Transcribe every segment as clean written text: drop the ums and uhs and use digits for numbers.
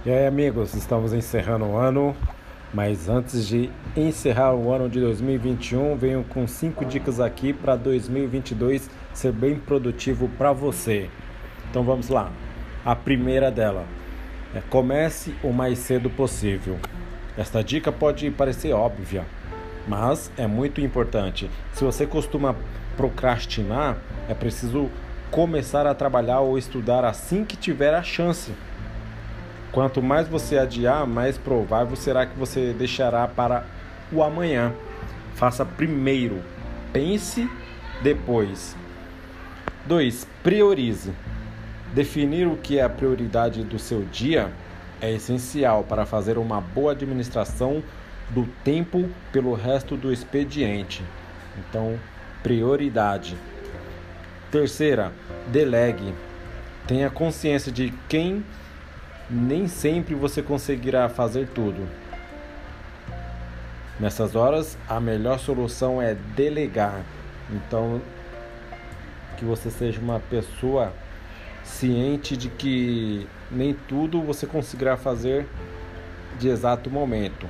E aí, amigos, estamos encerrando o ano, mas antes de encerrar o ano de 2021, venho com 5 dicas aqui para 2022 ser bem produtivo para você. Então vamos lá. A primeira dela é: comece o mais cedo possível. Esta dica pode parecer óbvia, mas é muito importante. Se você costuma procrastinar, é preciso começar a trabalhar ou estudar assim que tiver a chance. Quanto mais você adiar, mais provável será que você deixará para o amanhã. Faça primeiro, pense depois. 2. Priorize. Definir o que é a prioridade do seu dia é essencial para fazer uma boa administração do tempo pelo resto do expediente. Então, prioridade. Terceira, delegue. Tenha consciência de quem nem sempre você conseguirá fazer tudo. Nessas horas, a melhor solução é delegar. Então, que você seja uma pessoa ciente de que nem tudo você conseguirá fazer de exato momento.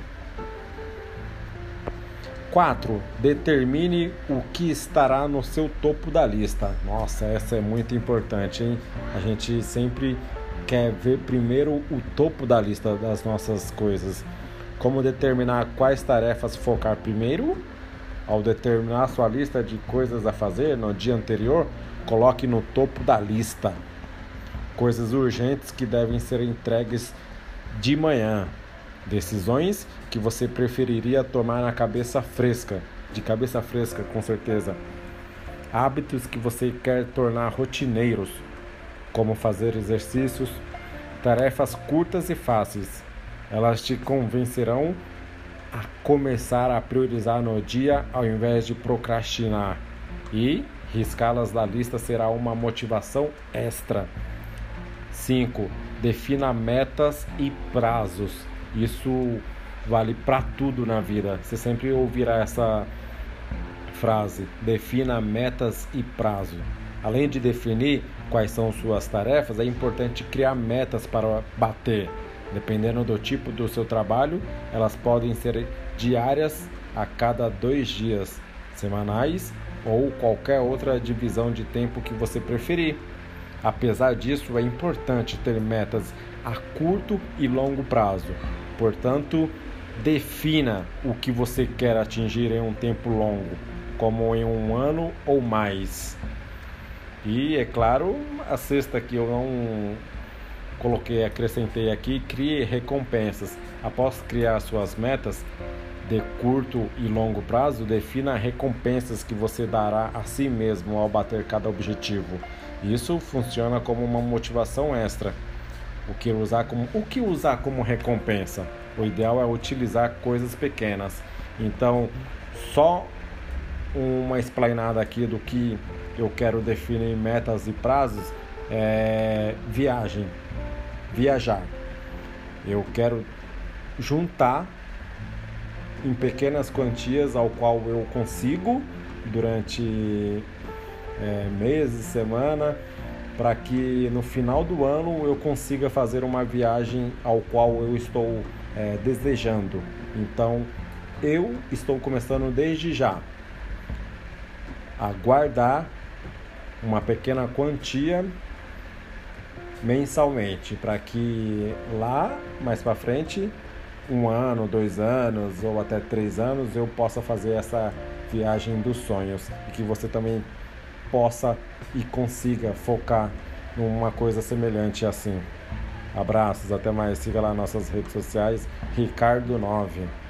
4. Determine o que estará no seu topo da lista. Nossa, essa é muito importante, hein? A gente sempre quer ver primeiro o topo da lista das nossas coisas. Como determinar quais tarefas focar primeiro? Ao determinar sua lista de coisas a fazer no dia anterior, coloque no topo da lista coisas urgentes que devem ser entregues de manhã. Decisões que você preferiria tomar de cabeça fresca, com certeza. Hábitos que você quer tornar rotineiros, como fazer exercícios, tarefas curtas e fáceis. Elas te convencerão a começar a priorizar no dia ao invés de procrastinar. E riscá-las da lista será uma motivação extra. 5. Defina metas e prazos. Isso vale para tudo na vida. Você sempre ouvirá essa frase: defina metas e prazo. Além de definir quais são suas tarefas, é importante criar metas para bater. Dependendo do tipo do seu trabalho, elas podem ser diárias a cada 2 dias, semanais ou qualquer outra divisão de tempo que você preferir. Apesar disso, é importante ter metas a curto e longo prazo. Portanto, defina o que você quer atingir em um tempo longo, como em um ano ou mais. E, é claro, a sexta que eu não acrescentei aqui: crie recompensas. Após criar suas metas de curto e longo prazo, defina recompensas que você dará a si mesmo ao bater cada objetivo. Isso funciona como uma motivação extra. O que usar como recompensa? O ideal é utilizar coisas pequenas. Então, só uma explanada aqui do que eu quero definir metas e prazos é viajar. Eu quero juntar em pequenas quantias ao qual eu consigo durante meses, semana, para que no final do ano eu consiga fazer uma viagem ao qual eu estou desejando. Então, eu estou começando desde já a guardar uma pequena quantia mensalmente, para que lá mais para frente, 1 ano, 2 anos ou até 3 anos, eu possa fazer essa viagem dos sonhos, e que você também possa e consiga focar numa coisa semelhante assim. Abraços, até mais. Siga lá nossas redes sociais, Ricardo 9.